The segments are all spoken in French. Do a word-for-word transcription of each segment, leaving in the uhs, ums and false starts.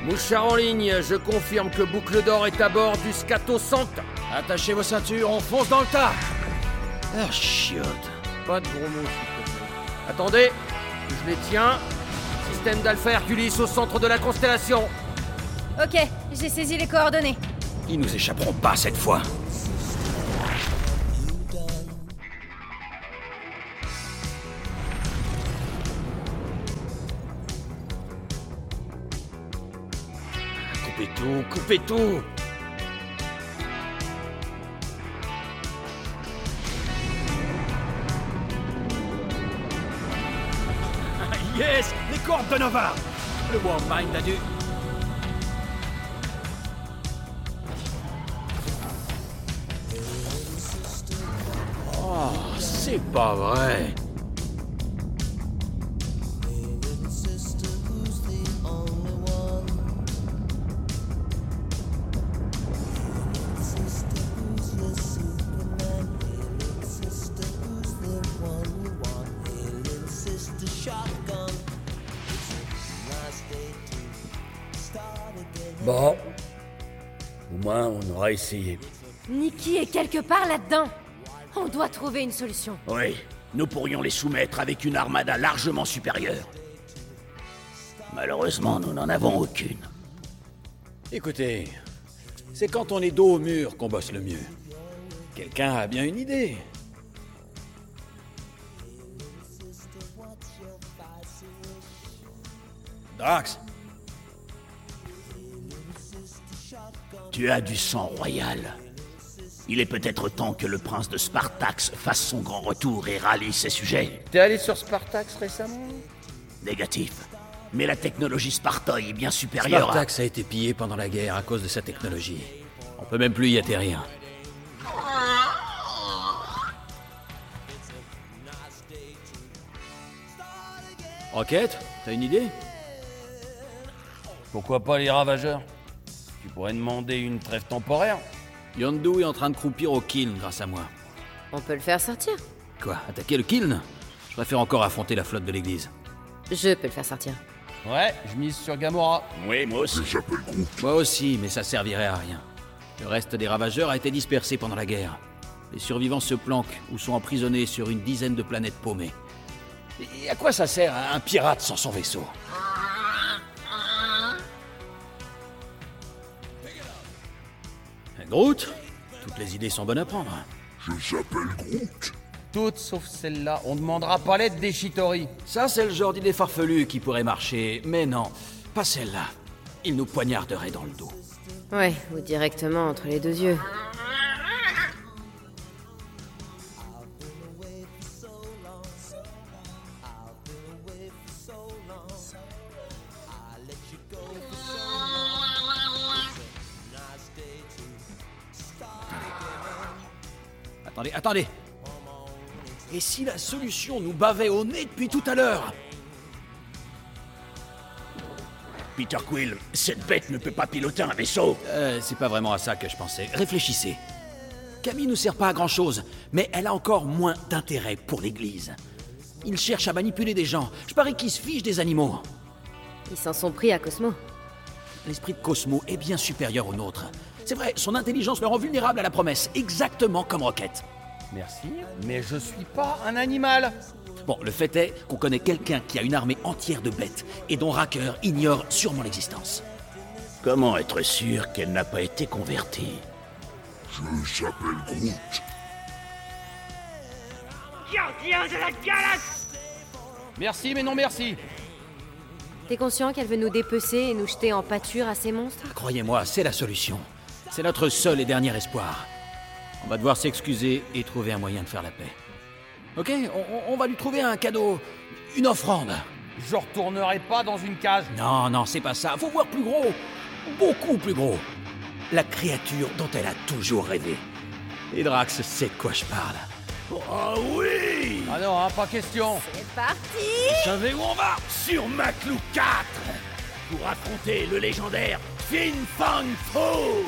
Mouchard en ligne, je confirme que Boucle d'Or est à bord du Scato Sancta. Attachez vos ceintures, on fonce dans le tas. Ah, chiotte. Pas de gros mots, s'il te plaît. Attendez, je les tiens. Système d'Alpha Herculis au centre de la constellation. Ok, j'ai saisi les coordonnées. Ils nous échapperont pas cette fois. Coupez tout, coupez tout. Yes, les cordes de Nova. Le Warmind a dû... Oh, c'est pas vrai. Bon. Au moins, on aura essayé. Nikki est quelque part là-dedans. On doit trouver une solution. Oui, nous pourrions les soumettre avec une armada largement supérieure. Malheureusement, nous n'en avons aucune. Écoutez, c'est quand on est dos au mur qu'on bosse le mieux. Quelqu'un a bien une idée. Drax. Tu as du sang royal. Il est peut-être temps que le prince de Spartax fasse son grand retour et rallie ses sujets. T'es allé sur Spartax récemment? Négatif. Mais la technologie Spartoi est bien supérieure à... Spartax a été pillé pendant la guerre à cause de sa technologie. On peut même plus y atterrir. Rocket, t'as une idée? Pourquoi pas les ravageurs? Tu pourrais demander une trêve temporaire? Yondu est en train de croupir au Kiln grâce à moi. On peut le faire sortir. Quoi, attaquer le Kiln? Je préfère encore affronter la flotte de l'église. Je peux le faire sortir. Ouais, je mise sur Gamora. Oui, moi aussi. Moi aussi, mais ça servirait à rien. Le reste des ravageurs a été dispersé pendant la guerre. Les survivants se planquent ou sont emprisonnés sur une dizaine de planètes paumées. Et à quoi ça sert un pirate sans son vaisseau? Groot, toutes les idées sont bonnes à prendre. Je s'appelle Groot. Toutes sauf celle-là. On demandera pas l'aide des Chitori. Ça, c'est le genre d'idée farfelue qui pourrait marcher, mais non, pas celle-là. Il nous poignarderait dans le dos. Ouais, ou directement entre les deux yeux. Attendez, attendez. Et si la solution nous bavait au nez depuis tout à l'heure? Peter Quill, cette bête ne peut pas piloter un vaisseau. Euh, c'est pas vraiment à ça que je pensais. Réfléchissez. Camille nous sert pas à grand-chose, mais elle a encore moins d'intérêt pour l'Église. Il cherche à manipuler des gens. Je parie qu'il se fiche des animaux. Ils s'en sont pris à Cosmo. L'esprit de Cosmo est bien supérieur au nôtre. C'est vrai, son intelligence le rend vulnérable à la promesse, exactement comme Rocket. Merci, mais je suis pas un animal. Bon, le fait est qu'on connaît quelqu'un qui a une armée entière de bêtes et dont Racker ignore sûrement l'existence. Comment être sûr qu'elle n'a pas été convertie? Je s'appelle Groot. Gardien de la galaxie! Merci, mais non merci. T'es conscient qu'elle veut nous dépecer et nous jeter en pâture à ces monstres? Croyez-moi, c'est la solution. C'est notre seul et dernier espoir. On va devoir s'excuser et trouver un moyen de faire la paix. Ok, on, on va lui trouver un cadeau, une offrande. Je retournerai pas dans une cage. Non, non, c'est pas ça. Faut voir plus gros. Beaucoup plus gros. La créature dont elle a toujours rêvé. Et Drax sait de quoi je parle. Oh oui! Ah non, hein, pas question. C'est parti! Vous savez où on va? Sur Maclou quatre! Pour affronter le légendaire Fin Fang Foom!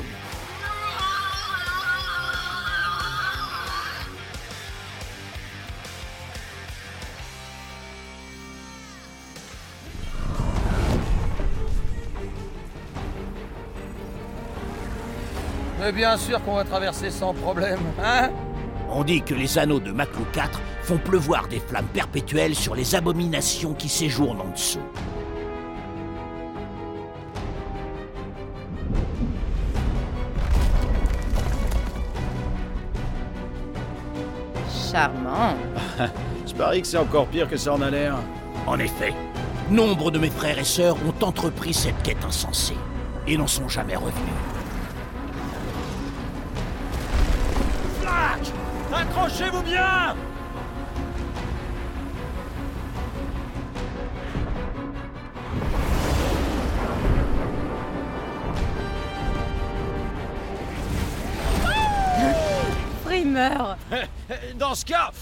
Mais bien sûr qu'on va traverser sans problème, hein? On dit que les anneaux de Maclou quatre font pleuvoir des flammes perpétuelles sur les abominations qui séjournent en dessous. Charmant. Je parie que c'est encore pire que ça en a l'air. En effet, nombre de mes frères et sœurs ont entrepris cette quête insensée et n'en sont jamais revenus. Flack! Accrochez-vous bien! Primeur. Dans ce cas...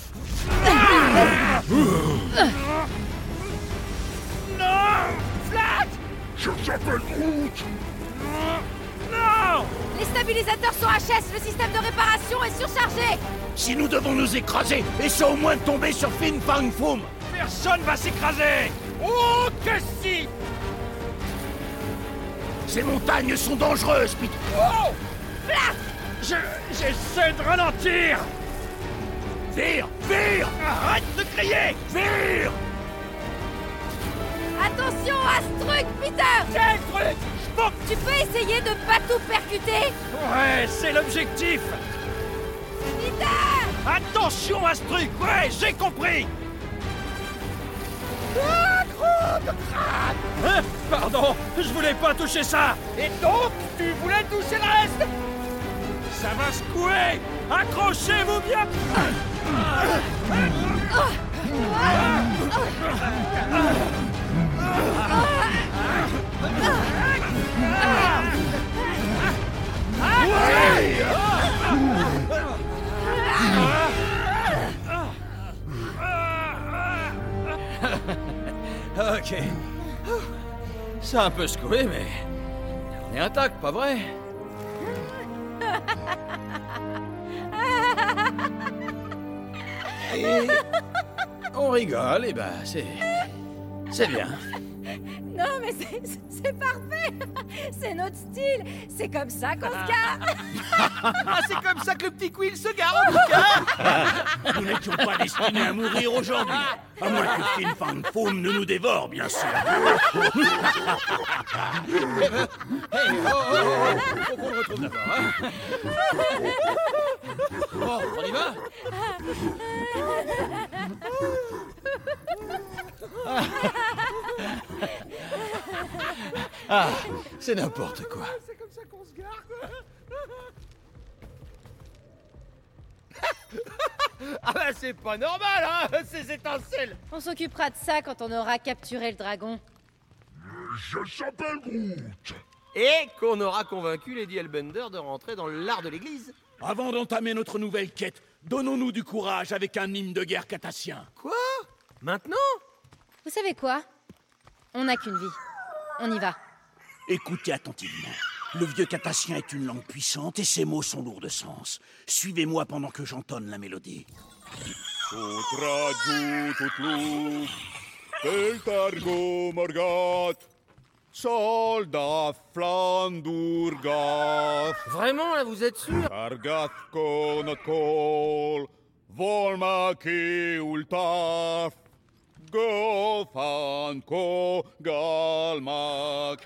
Je s'appelle Groot. Les stabilisateurs sont H S, le système de réparation est surchargé. Si nous devons nous écraser, et ça au moins de tomber sur Fin Fang Foom. Personne va s'écraser! Oh, que si! Ces montagnes sont dangereuses, Peter. Oh! Je... j'essaie de ralentir! Vire! Vire! Arrête de crier! Vire! Attention à ce truc, Peter. Quel truc? Tu peux essayer de pas tout percuter? Ouais, c'est l'objectif! Peter! Attention à ce truc! Ouais, j'ai compris! Hein? Pardon, je voulais pas toucher ça! Et donc, tu voulais toucher le reste? Ça va secouer! Accrochez-vous bien! Ok. Ça a un peu secoué, mais... on est intact, pas vrai? Et... on rigole, et ben c'est... c'est bien. Non, mais c'est c'est parfait. C'est notre style. C'est comme ça qu'on se gare. Ah, c'est comme ça que le petit Quill se gare, en tout cas. Nous n'étions pas destinés à mourir aujourd'hui. À moins que Fin Fang Foom ne nous dévore, bien sûr. Hey, oh, oh, oh, faut qu'on le retrouve d'abord, hein. Bon, on y va? Ah, c'est n'importe quoi. C'est comme ça qu'on se gare, quoi. Ah bah c'est pas normal, hein, ces étincelles. On s'occupera de ça quand on aura capturé le dragon. Je s'appelle Groot. Et qu'on aura convaincu Lady Hellbender de rentrer dans l'art de l'église. Avant d'entamer notre nouvelle quête, donnons-nous du courage avec un hymne de guerre catassien. Quoi? Maintenant? Vous savez quoi? On n'a qu'une vie. On y va. Écoutez attentivement. Le vieux catassien est une langue puissante et ses mots sont lourds de sens. Suivez-moi pendant que j'entonne la mélodie. Soldat Flandurgath, Vraiment, là, vous êtes sûr? Argath konot Volmaki ultaf, Gofan ko galmak.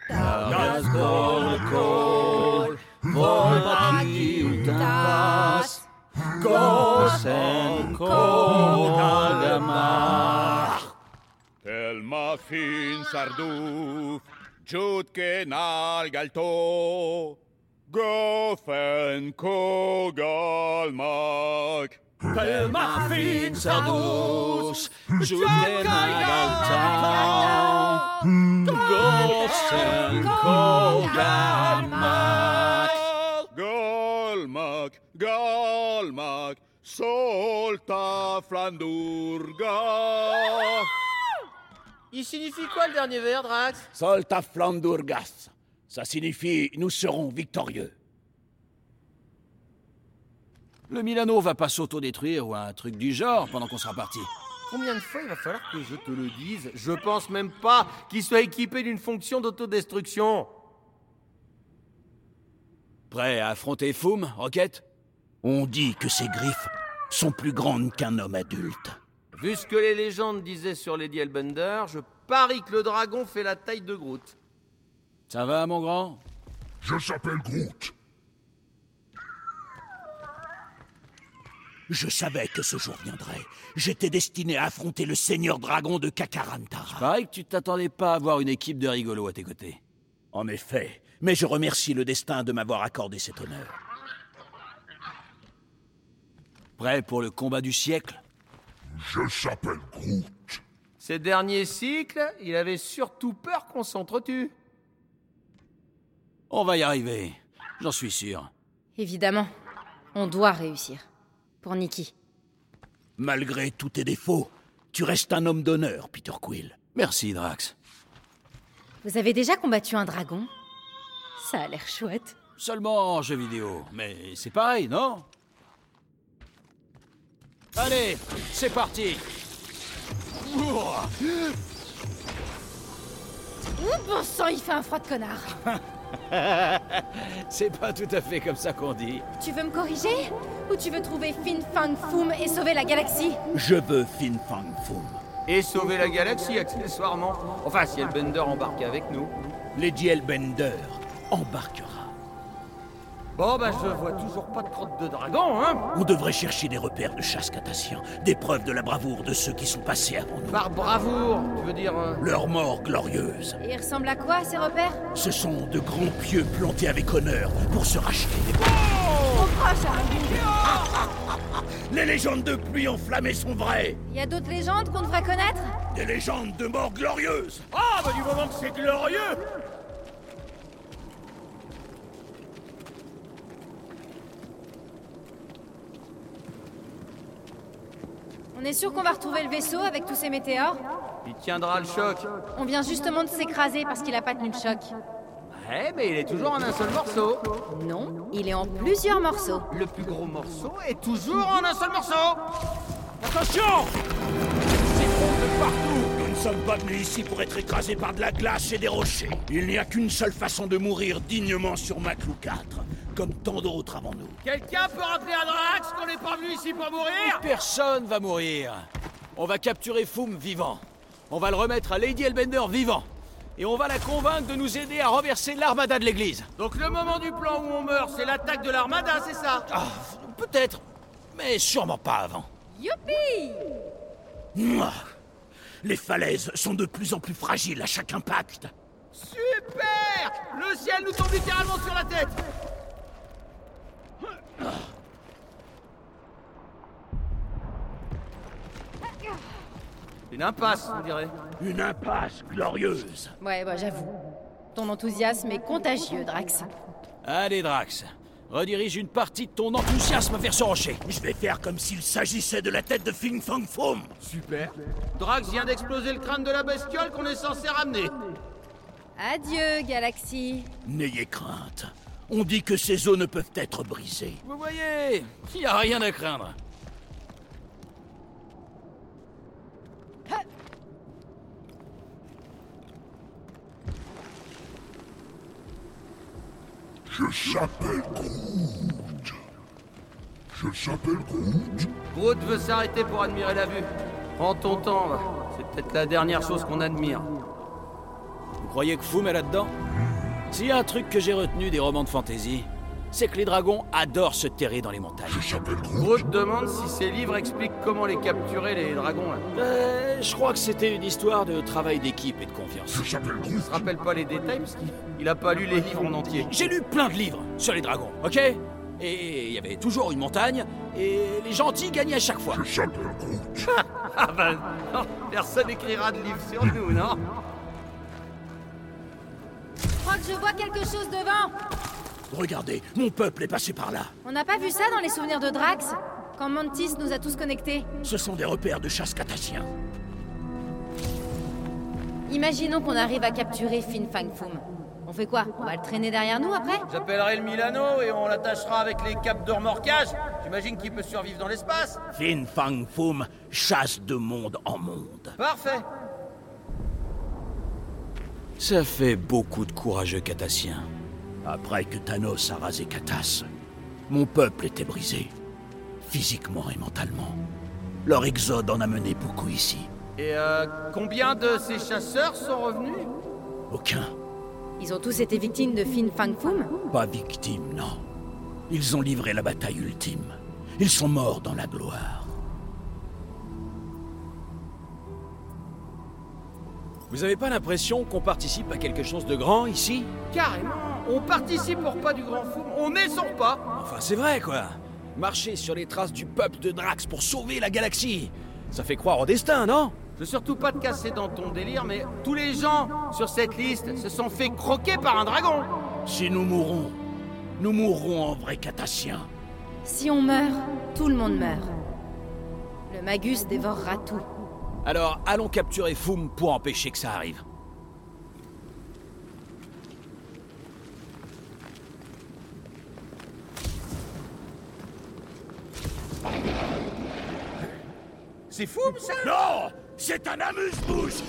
Telma fin sarduf, Jutke nalgalto, Gofen ko galmak. Telma fin sardus, Jutke nagalta, Gosen ko galmak. Galmak, galmak, solta Flandurgath. Il signifie quoi le dernier vers, Drax? Solta Flandurgath. Ça signifie « nous serons victorieux ». Le Milano va pas s'autodétruire ou un truc du genre pendant qu'on sera parti. Combien de fois il va falloir que je te le dise? Je pense même pas qu'il soit équipé d'une fonction d'autodestruction. Prêt à affronter Foum, Rocket? On dit que ses griffes sont plus grandes qu'un homme adulte. Vu ce que les légendes disaient sur Lady Hellbender, je parie que le dragon fait la taille de Groot. Ça va, mon grand? Je s'appelle Groot. Je savais que ce jour viendrait. J'étais destiné à affronter le seigneur dragon de Kakarantara. Pareil que tu t'attendais pas à avoir une équipe de rigolos à tes côtés. En effet, mais je remercie le destin de m'avoir accordé cet honneur. Prêt pour le combat du siècle? Je s'appelle Groot. Ces derniers cycles, il avait surtout peur qu'on s'entretue. On va y arriver, j'en suis sûr. Évidemment, on doit réussir. Pour Nikki. Malgré tous tes défauts, tu restes un homme d'honneur, Peter Quill. Merci, Drax. Vous avez déjà combattu un dragon? Ça a l'air chouette. Seulement en jeu vidéo, mais c'est pareil, non? Allez, c'est parti. Ouah. Oh bon sang, il fait un froid de connard. C'est pas tout à fait comme ça qu'on dit. Tu veux me corriger? Ou tu veux trouver Fin Fang Foom et sauver la galaxie? Je veux Fin Fang Foom. Et sauver la galaxie, accessoirement. Enfin, si Hellbender embarque avec nous. Lady Hellbender embarquera. Bon, bah, je vois toujours pas de crotte de dragon, hein? On devrait chercher des repères de chasse catassiens, des preuves de la bravoure de ceux qui sont passés avant nous. Par bravoure, tu veux dire... Euh... Leur mort glorieuse. Et ils ressemblent à quoi, ces repères? Ce sont de grands pieux plantés avec honneur pour se racheter des... Oh, proche, Les légendes de pluie enflammée sont vraies. Il y a d'autres légendes qu'on devrait connaître? Des légendes de mort glorieuses. Ah, bah du moment que c'est glorieux! On est sûr qu'on va retrouver le vaisseau avec tous ces météores? Il tiendra le choc. On vient justement de s'écraser parce qu'il a pas tenu le choc. Ouais, mais il est toujours en un seul morceau. Non, il est en plusieurs morceaux. Le plus gros morceau est toujours en un seul morceau. Attention! C'est bon de partout. Nous ne sommes pas venus ici pour être écrasés par de la glace et des rochers. Il n'y a qu'une seule façon de mourir dignement sur Maclou quatre, comme tant d'autres avant nous. Quelqu'un peut rappeler à Drax qu'on n'est pas venu ici pour mourir? Personne va mourir. On va capturer Foum vivant. On va le remettre à Lady Hellbender vivant. Et on va la convaincre de nous aider à renverser l'armada de l'église. Donc le moment du plan où on meurt, c'est l'attaque de l'armada, c'est ça? Ah, peut-être, mais sûrement pas avant. Youpi! Mouah. Les falaises sont de plus en plus fragiles à chaque impact. Super! Le ciel nous tombe littéralement sur la tête. Une impasse, on dirait. Une impasse glorieuse. Ouais, bah j'avoue. Ton enthousiasme est contagieux, Drax. Allez, Drax. Redirige une partie de ton enthousiasme vers ce rocher. Je vais faire comme s'il s'agissait de la tête de Fin Fang Foom. Super. Drax vient d'exploser le crâne de la bestiole qu'on est censé ramener. Adieu, galaxie. N'ayez crainte. On dit que ces os ne peuvent être brisés. Vous voyez, il n'y a rien à craindre. Je s'appelle Groot. Je s'appelle Groot. Groot veut s'arrêter pour admirer la vue. Prends ton temps, va. C'est peut-être la dernière chose qu'on admire. Vous croyez que Foum est là-dedans? S'il y a un truc que j'ai retenu des romans de fantasy, c'est que les dragons adorent se terrer dans les montagnes. Je s'appelle Groot. Groot demande si ces livres expliquent comment les capturer, les dragons, là. Euh, je crois que c'était une histoire de travail d'équipe et de confiance. Je s'appelle Je Groot. me rappelle pas les détails, parce qu'il il a pas lu les livres en entier. J'ai lu plein de livres sur les dragons, ok? Et il y avait toujours une montagne, et les gentils gagnaient à chaque fois. Je s'appelle Groot. Ah ben, non, personne n'écrira de livre sur nous, non? Je crois que je vois quelque chose devant. Regardez, mon peuple est passé par là. On n'a pas vu ça dans les souvenirs de Drax? Quand Mantis nous a tous connectés. Ce sont des repères de chasse catassiens. Imaginons qu'on arrive à capturer Fin Fang Foom. On fait quoi? On va le traîner derrière nous après? J'appellerai le Milano et on l'attachera avec les câbles de remorquage. J'imagine qu'il peut survivre dans l'espace. Fin Fang Foom chasse de monde en monde. Parfait. Ça fait beaucoup de courageux catassiens. Après que Thanos a rasé Katas, mon peuple était brisé, physiquement et mentalement. Leur exode en a mené beaucoup ici. Et euh, combien de ces chasseurs sont revenus? Aucun. Ils ont tous été victimes de Fin Fang Foom? Pas victimes, non. Ils ont livré la bataille ultime. Ils sont morts dans la gloire. Vous avez pas l'impression qu'on participe à quelque chose de grand ici? Carrément. On participe au repas du Grand Foom, on met son repas. Enfin, c'est vrai, quoi. Marcher sur les traces du peuple de Drax pour sauver la galaxie. Ça fait croire au destin, non? Je veux surtout pas te casser dans ton délire, mais tous les gens sur cette liste se sont fait croquer par un dragon. Si nous mourrons, nous mourrons en vrais Katassiens. Si on meurt, tout le monde meurt. Le Magus dévorera tout. Alors, allons capturer Foom pour empêcher que ça arrive. C'est fou, ça? Non! C'est un amuse-bouche!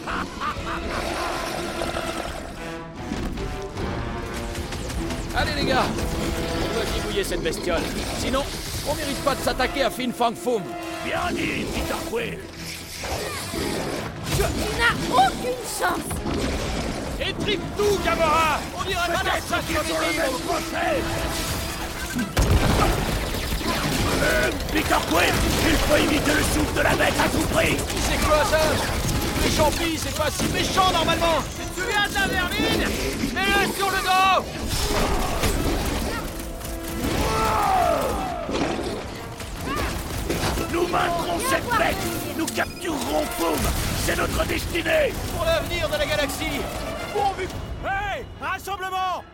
Allez, les gars! On doit débrouiller cette bestiole. Sinon, on mérite pas de s'attaquer à Fin Fang Foom. Bien dit, Peter Quill! Tu n'as aucune chance! Étripe tout, Gamora! On dirait pas Peut-être ça qu'ils sur sont les le même îles. procès! Euh, Peter Quill! Il faut éviter le souffle de la bête à tout prix! C'est quoi ça? Les champis, c'est pas si méchant normalement! Tu te souviens de la vermine? Mets-le sur le dos! Nous vaincrons cette bête! Nous capturerons Foom! C'est notre destinée! Pour l'avenir de la galaxie! Pourvu... Hey! Rassemblement!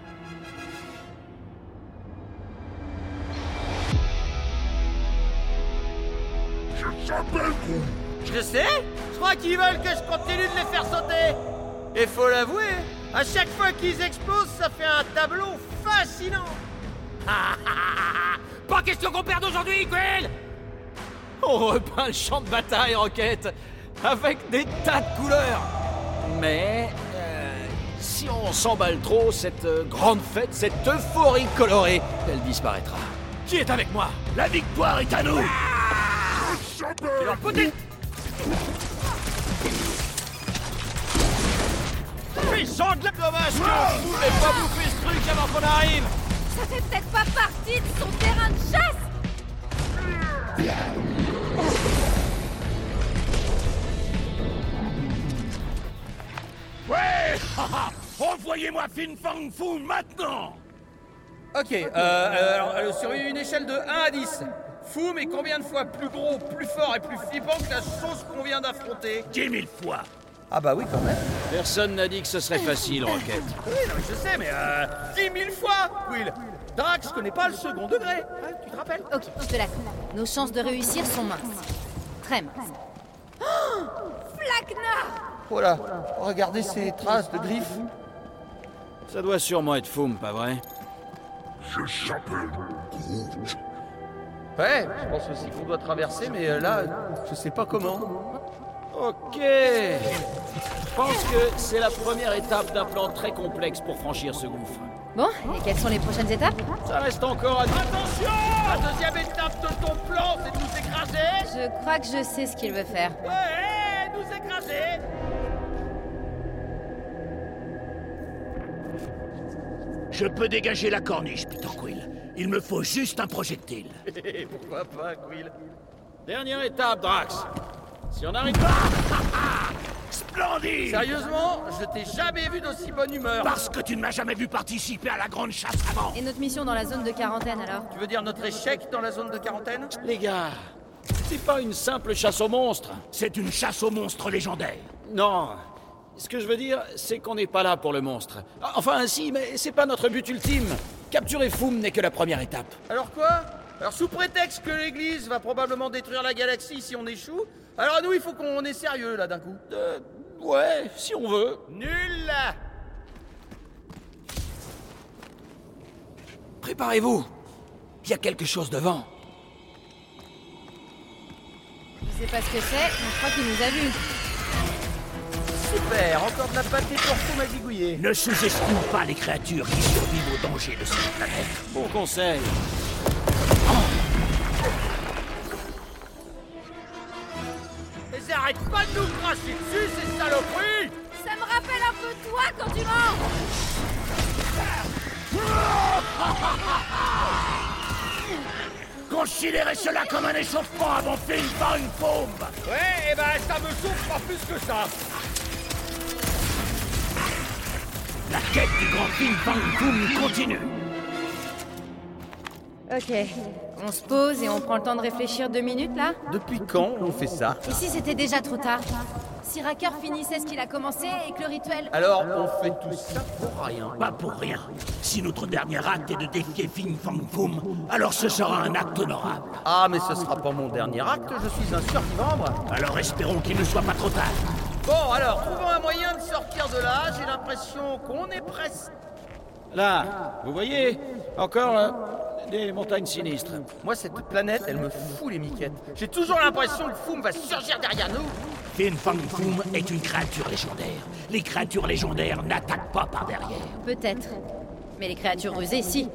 Je s'appelle Groot. Je sais. Je crois qu'ils veulent que je continue de les faire sauter. Et faut l'avouer, à chaque fois qu'ils explosent, ça fait un tableau fascinant. Pas question qu'on perde aujourd'hui, Quill. On repeint le champ de bataille, Rocket, avec des tas de couleurs. Mais euh, si on s'emballe trop, cette euh, grande fête, cette euphorie colorée, elle disparaîtra. Qui est avec moi? La victoire est à nous! Je s'appelle Peut-être. Méchant de la... Dommage que vous n'avez pas bouffé ce truc avant qu'on arrive. Ça fait peut-être pas partie de son terrain de chasse! Ouais! Envoyez-moi Fin Fang Foom maintenant! Ok, euh, euh, alors, euh, sur une échelle de un à dix, Foom est combien de fois plus gros, plus fort et plus flippant que la chose qu'on vient d'affronter? Dix mille fois! Ah bah oui, quand même. Personne n'a dit que ce serait facile, Rocket. Oui, non, mais je sais, mais euh, dix mille fois, Quill. Drax connaît pas le second degré, hein, tu te rappelles? Ok, je te l'accorde. Nos chances de réussir sont minces. Très minces. Oh, Flakna! Voilà, regardez ces traces de griffes. Ça doit sûrement être Foom, pas vrai? Je s'appelle Groot. Ouais, je pense aussi qu'on doit traverser, mais euh, là, je sais pas comment. Ok. Je pense que c'est la première étape d'un plan très complexe pour franchir ce gouffre. Bon, et quelles sont les prochaines étapes? Ça reste encore à... Attention! La deuxième étape de ton plan, c'est de nous écraser. Je crois que je sais ce qu'il veut faire. Ouais, nous écraser. Je peux dégager la corniche, Peter Quill. Il me faut juste un projectile. Pourquoi pas, Quill? Dernière étape, Drax. Si on arrive... Splendide! Sérieusement, je t'ai jamais vu d'aussi bonne humeur. Parce que tu ne m'as jamais vu participer à la grande chasse avant. Et notre mission dans la zone de quarantaine alors? Tu veux dire notre échec dans la zone de quarantaine? Les gars, c'est pas une simple chasse aux monstres. C'est une chasse aux monstres légendaires. Non. Ce que je veux dire, c'est qu'on n'est pas là pour le monstre. Enfin, si, mais c'est pas notre but ultime. Capturer Foom n'est que la première étape. Alors quoi? Alors sous prétexte que l'église va probablement détruire la galaxie si on échoue, alors nous il faut qu'on est sérieux là d'un coup. Euh, ouais, si on veut. Nul! Préparez-vous. Il y a quelque chose devant. Je sais pas ce que c'est, mais je crois qu'il nous a vus. Super, encore de la pâtée pour tout mazigouiller. Ne sous-estime pas les créatures qui survivent au danger de cette planète. Bon conseil. Ils arrêtent pas de nous cracher dessus, ces saloperies! Ça me rappelle un peu toi quand tu manges. Considérez cela comme un échauffement avant Fin Fang Foom. Ouais, et ben ça me souffre pas plus que ça. La quête du grand Fin Fang Foom continue. Ok, on se pose et on prend le temps de réfléchir deux minutes là. Depuis quand on fait ça? Et si c'était déjà trop tard? Si Racker finissait ce qu'il a commencé et que le rituel... Alors, on fait tout ça pour rien. Pas pour rien. Si notre dernier acte est de défier Fin Fang Foom, alors ce sera un acte honorable. Ah, mais ce sera pas mon dernier acte, je suis un survivant. Alors espérons qu'il ne soit pas trop tard. Bon, alors, trouvons un moyen de sortir de là. J'ai l'impression qu'on est presque... Là, vous voyez, encore euh, des montagnes sinistres. Moi, cette planète, elle me fout les miquettes. J'ai toujours l'impression que Foom va surgir derrière nous. Fin Fang Foom est une créature légendaire. Les créatures légendaires n'attaquent pas par derrière. Peut-être. Mais les créatures rusées, si.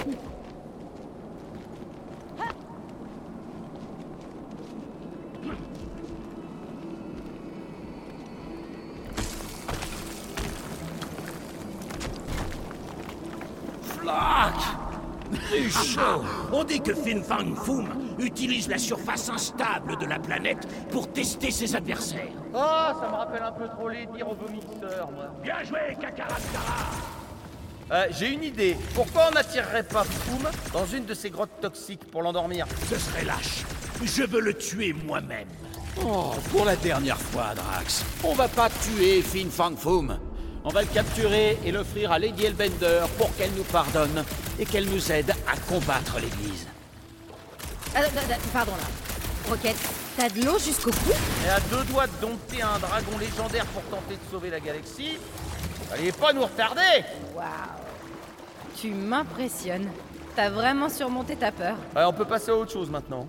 Flac! Ruchot! On dit que Fin Fang Foom utilise la surface instable de la planète pour tester ses adversaires. Oh, ça me rappelle un peu trop les dires au vomisseur, moi. Bien joué, Kakarakara! Euh, j'ai une idée. Pourquoi on n'attirerait pas Foom dans une de ces grottes toxiques pour l'endormir? Ce serait lâche. Je veux le tuer moi-même. Oh, pour la dernière fois, Drax. On va pas tuer Fin Fang Foom. On va le capturer et l'offrir à Lady Hellbender pour qu'elle nous pardonne et qu'elle nous aide à combattre l'Église. Ah, d- d- pardon là. Rocket, t'as de l'eau jusqu'au cou? Et à deux doigts de dompter un dragon légendaire pour tenter de sauver la galaxie, allez pas nous retarder! Waouh. Tu m'impressionnes. T'as vraiment surmonté ta peur. Ouais, on peut passer à autre chose maintenant.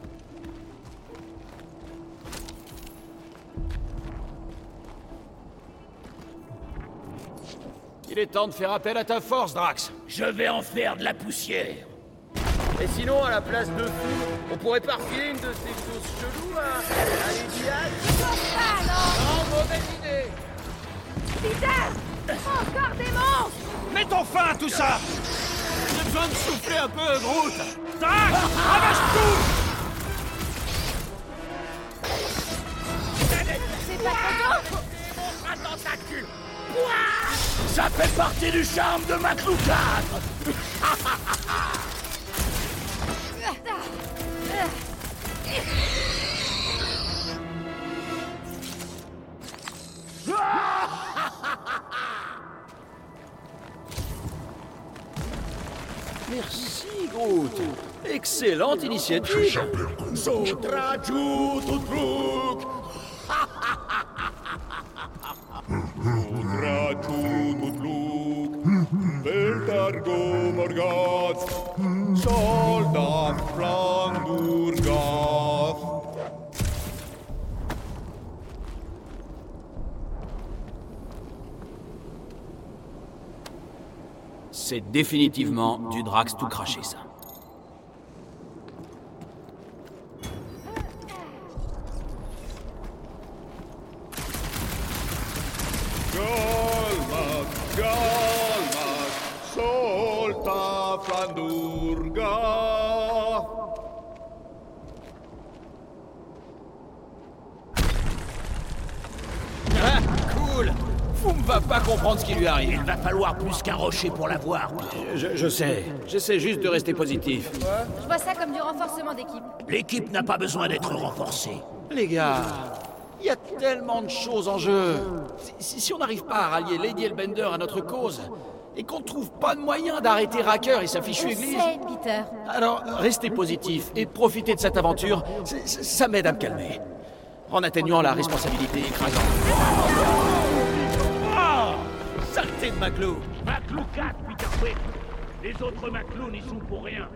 Il est temps de faire appel à ta force, Drax. Je vais en faire de la poussière. Et sinon, à la place de Foom, on pourrait pas refiler une de ces choses cheloues à, à Lady Hack? Ah non! Non, mauvaise idée! Peter! Encore des monstres! Mettons fin à tout ça. J'ai besoin de souffler un peu, Groot. Drax, ramasse tout. C'est pas content! Ça fait partie du charme de Maclou quatre. Merci, Groot. Excellente initiative. Sotraju Tutruk. Ratu tutluk, Beltargo morgath, Soldat Flandurgath. C'est définitivement du Drax tout craché, ça. Galmak, Galmak, Solta Flandurgath. Ah, cool. Foom va pas comprendre ce qui lui arrive. Il va falloir plus qu'un rocher pour la voir. Je, je sais. J'essaie juste de rester positif. Je vois ça comme du renforcement d'équipe. L'équipe n'a pas besoin d'être renforcée. Les gars, il y a tellement de choses en jeu. Si, si on n'arrive pas à rallier Lady Hellbender à notre cause, et qu'on trouve pas de moyen d'arrêter Racker et sa fichue Je église... sais, Peter. Alors, restez positif et profitez de cette aventure, c'est- c'est- ça m'aide à me calmer. En atteignant la responsabilité écrasante. Oh, saleté de Maclou. Maclou quatre, Peter Quill. Les autres Maclou n'y sont pour rien.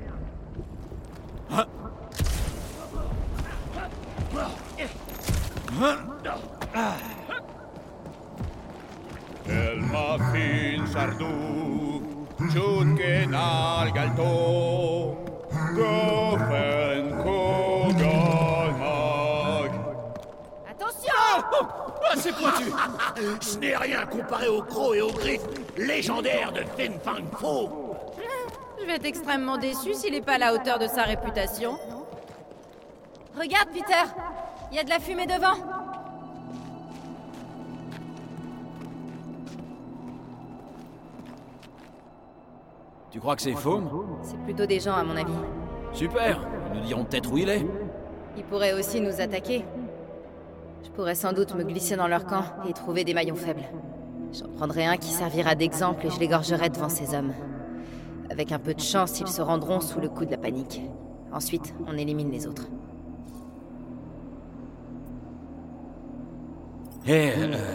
fin sardu, Jutken al galto, Gofen kogalmag. Attention! Ah, c'est pointu. Ce n'est rien comparé aux crocs et aux griffes légendaires de Fin Fang Fo. Je vais être extrêmement déçu s'il est pas à la hauteur de sa réputation. Regarde, Peter! Il y a de la fumée devant! Tu crois que c'est faux? C'est plutôt des gens, à mon avis. Super. Ils nous diront peut-être où il est. Ils pourraient aussi nous attaquer. Je pourrais sans doute me glisser dans leur camp et trouver des maillons faibles. J'en prendrai un qui servira d'exemple et je l'égorgerai devant ces hommes. Avec un peu de chance, ils se rendront sous le coup de la panique. Ensuite, on élimine les autres. Eh, euh...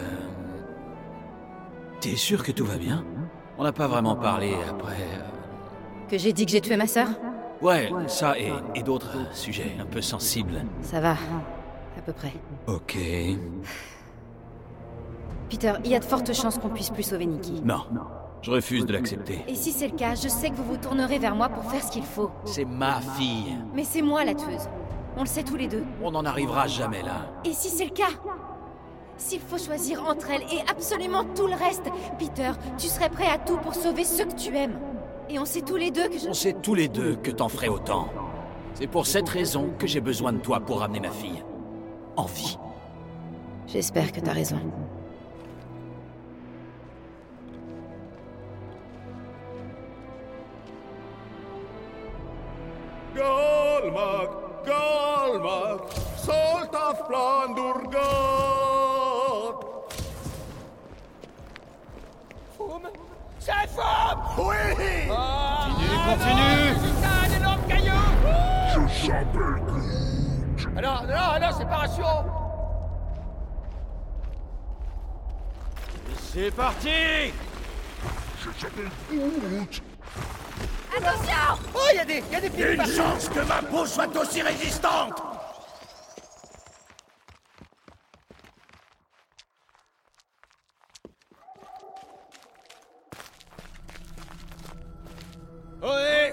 T'es sûr que tout va bien? On n'a pas vraiment parlé après... euh, Que j'ai dit que j'ai tué ma sœur? Ouais, ça et, et d'autres euh, sujets un peu sensibles. Ça va, à peu près. Ok... Peter, il y a de fortes chances qu'on puisse plus sauver Nikki. Non, je refuse de l'accepter. Et si c'est le cas, je sais que vous vous tournerez vers moi pour faire ce qu'il faut. C'est ma fille. Mais c'est moi la tueuse. On le sait tous les deux. On n'en arrivera jamais là. Et si c'est le cas? S'il faut choisir entre elles et absolument tout le reste, Peter, tu serais prêt à tout pour sauver ceux que tu aimes. Et on sait tous les deux que je... On sait tous les deux que t'en ferais autant. C'est pour cette raison que j'ai besoin de toi pour ramener ma fille. En vie. J'espère que t'as raison. Galmag, Galmag, Soltaf Plandurgat. Faume? C'est Faume! Oui! Ah, Continue, continue! C'est un énorme caillou! Je s'appelle Groot. Ah non, non, non, c'est pas rassurant! C'est parti! Je s'appelle Groot. Attention! Oh, il y a des, y a des pieds Une partout. chance que ma peau soit aussi résistante! Ouais.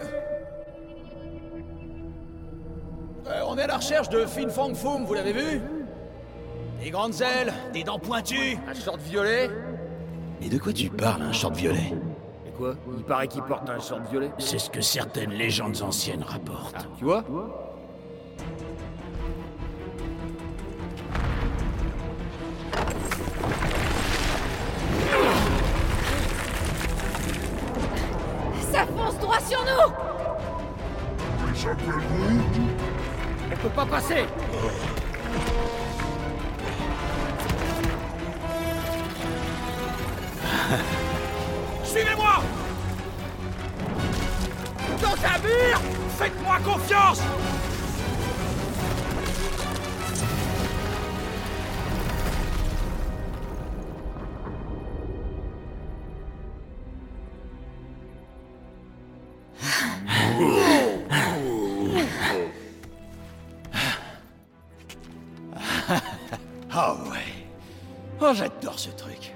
Euh, on est à la recherche de Fin Fang Foom, vous l'avez vu? Des grandes ailes, des dents pointues. Un short violet? Mais de quoi tu parles, un short violet? Et quoi? Il paraît qu'il porte un short violet. C'est ce que certaines légendes anciennes rapportent. Tu vois? Ça fonce droit sur nous! Je s'appelle Groot. On peut pas passer! Suivez-moi! Dans un mur! Faites-moi confiance! Oh ouais. Oh, j'adore ce truc.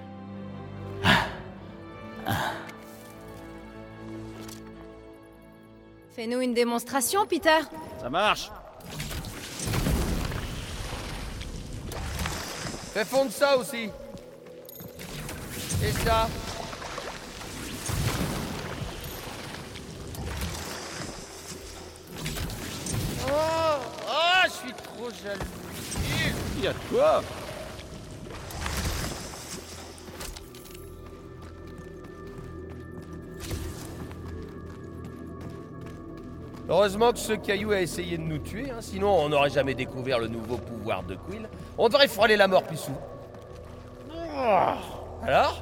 Fais-nous une démonstration, Peter. Ça marche. Fais fondre ça aussi! Et ça! Oh! Ah, je suis trop jaloux! Il y a de quoi? Heureusement que ce caillou a essayé de nous tuer, hein, sinon on n'aurait jamais découvert le nouveau pouvoir de Quill. On devrait frôler la mort plus souvent. Alors?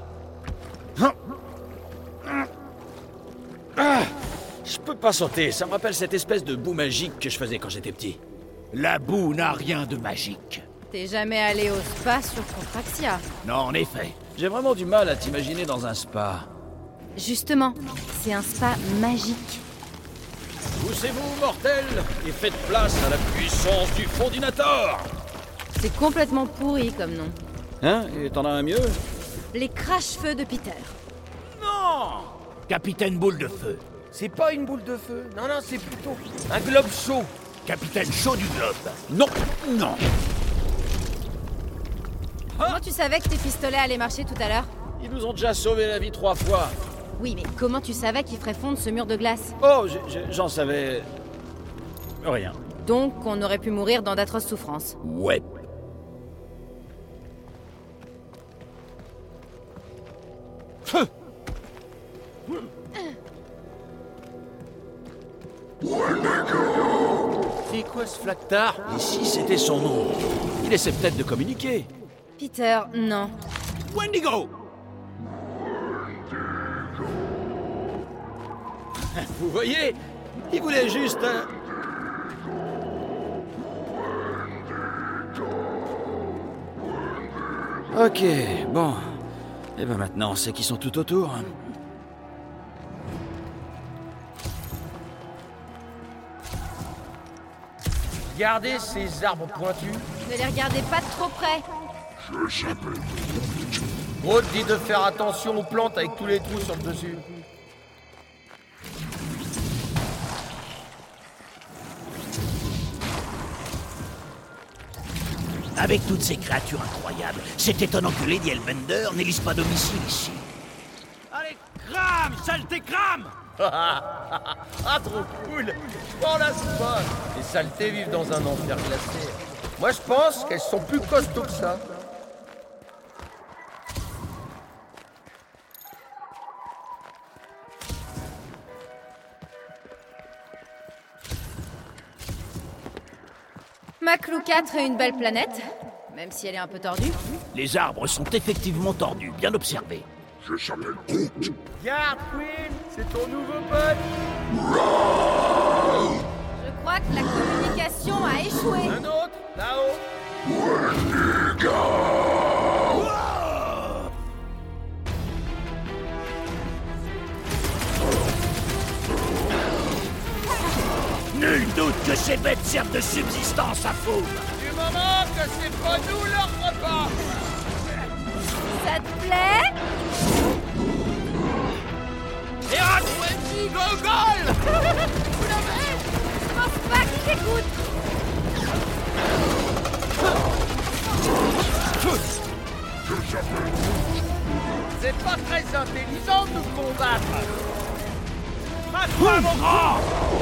Je peux pas sauter, ça me rappelle cette espèce de boue magique que je faisais quand j'étais petit. La boue n'a rien de magique. T'es jamais allé au spa sur Contraxia. Non, en effet. J'ai vraiment du mal à t'imaginer dans un spa. Justement, c'est un spa magique. Poussez-vous, mortels, et faites place à la puissance du Fondinator! C'est complètement pourri comme nom. Hein? Et t'en as un mieux? Les crache-feux de Peter. Non! Capitaine Boule de Feu. C'est pas une boule de feu. Non, non, c'est plutôt un globe chaud. Capitaine chaud du globe. Non! Non! Comment tu savais que tes pistolets allaient marcher tout à l'heure? Ils nous ont déjà sauvé la vie trois fois. Oui, mais comment tu savais qu'ils feraient fondre ce mur de glace? Oh, j'ai- j'ai- j'en savais... rien. Donc, on aurait pu mourir dans d'atroces souffrances. Ouais. C'est quoi ce flactard? Et si c'était son nom? Il essaie peut-être de communiquer. Peter, non. Wendigo! Vous voyez? Il voulait juste... un- Ok, bon. Et ben maintenant, on sait qu'ils sont tout autour. Regardez ces arbres pointus. Ne les regardez pas de trop près. Je s'appelle Groot dit de faire attention aux plantes avec tous les trous sur le dessus. Avec toutes ces créatures incroyables, c'est étonnant que Lady Elbender n'élise pas domicile ici. Allez, crame, saleté, crame! Ah, trop cool! Oh la spot! Les saletés vivent dans un enfer glacé. Moi, je pense qu'elles sont plus costauds que ça. Maclou quatre est une belle planète, même si elle est un peu tordue. Les arbres sont effectivement tordus, bien observé. Je s'appelle Groot. Garde, Queen! C'est ton nouveau pote! Je crois que la communication a échoué. Un autre, là-haut! Nul doute que ces bêtes servent de subsistance à Faume. Du moment que c'est pas nous leur repas! Ça te plaît? Et hâte, Wendy, gogol! Je pense pas qu'il t'écoute. C'est pas très intelligent de nous combattre! À toi, mon grand!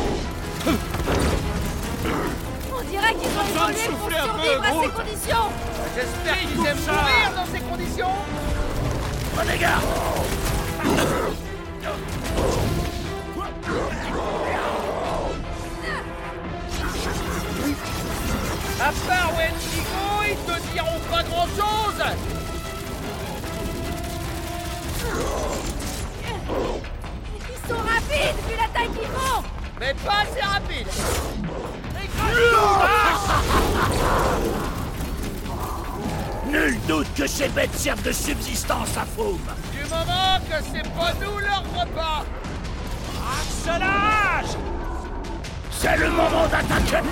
On dirait qu'ils ont besoin de évolué pour souffler un peu, survivre à ces Groot. conditions. J'espère qu'ils Écoute aiment ça. mourir dans ces conditions! Prenez garde. À part Wendigo, ils te diront pas grand-chose! Ils sont rapides vu la taille qu'ils font. Mais pas assez rapide! Nul doute que ces bêtes servent de subsistance à Faume. Du moment que c'est pas nous leur repas! Accélérage! C'est le moment d'attaquer.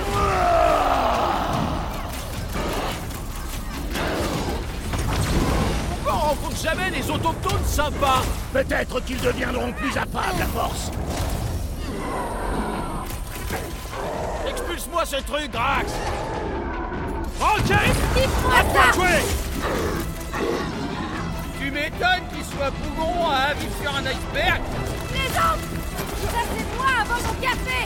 Pourquoi on rencontre jamais des autochtones sympas? Peut-être qu'ils deviendront plus affables à force. Expulse-moi ce truc, Drax! Ok! Dites-moi ça. Jouer! Tu m'étonnes qu'ils soient bougons à vivre sur un iceberg! Plaisante. Ça c'est moi avant mon café.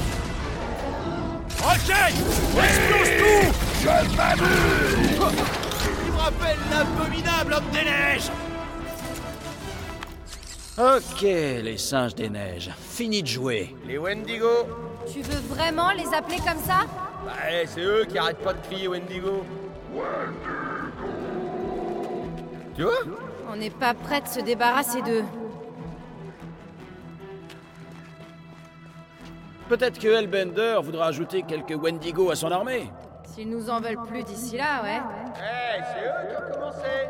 Ok! Explose tout! Je m'amuse! Il me rappelle l'abominable homme des neiges! Ok, les singes des neiges. Fini de jouer. Les Wendigo! Tu veux vraiment les appeler comme ça? Bah, eh, c'est eux qui arrêtent pas de crier Wendigo! Tu vois? On n'est pas prêt de se débarrasser d'eux. Peut-être que Hellbender voudra ajouter quelques Wendigo à son armée. S'ils nous en veulent plus d'ici là, ouais. Eh, c'est eux qui ont commencé!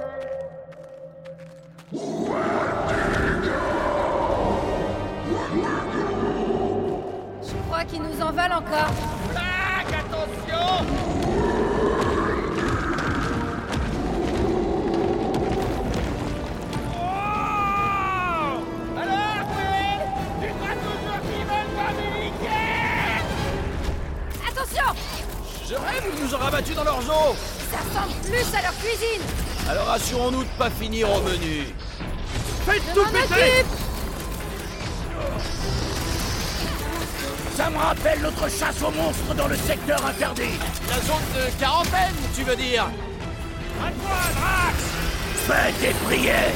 Je crois qu'ils nous en veulent encore. Tac, attention! Je rêve, ils nous ont rabattus dans leur zoo. Ça ressemble plus à leur cuisine. Alors assurons-nous de pas finir au menu. Faites Je tout m'en péter! occupe. Ça me rappelle notre chasse aux monstres dans le secteur interdit. La zone de quarantaine, tu veux dire? À toi, Drax! Faites tes prières!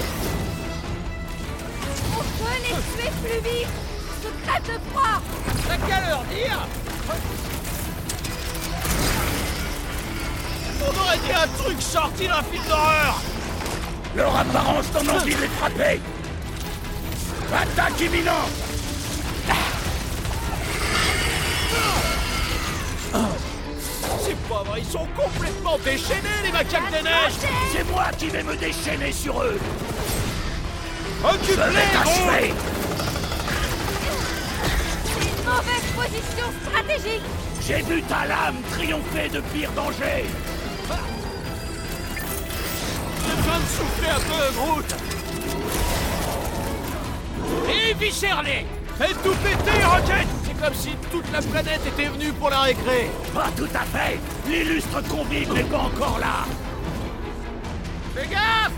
On peut les tuer plus vite. Je crève de froid. T'as qu'à leur dire. On aurait dit un truc sorti d'un film d'horreur. Leur apparence donne envie de les frapper! Attaque imminente! C'est pas vrai, ils sont complètement déchaînés, les macaques des neiges. C'est moi qui vais me déchaîner sur eux! Je vais Occupe-les, gros. t'achever! Une mauvaise position stratégique. J'ai vu ta lame triompher de pires dangers! J'ai besoin de souffler un peu, Groot. Et viscère-les. Faites tout péter, Rocket. C'est comme si toute la planète était venue pour la récré. Pas tout à fait! L'illustre convive n'est pas encore là! Fais gaffe!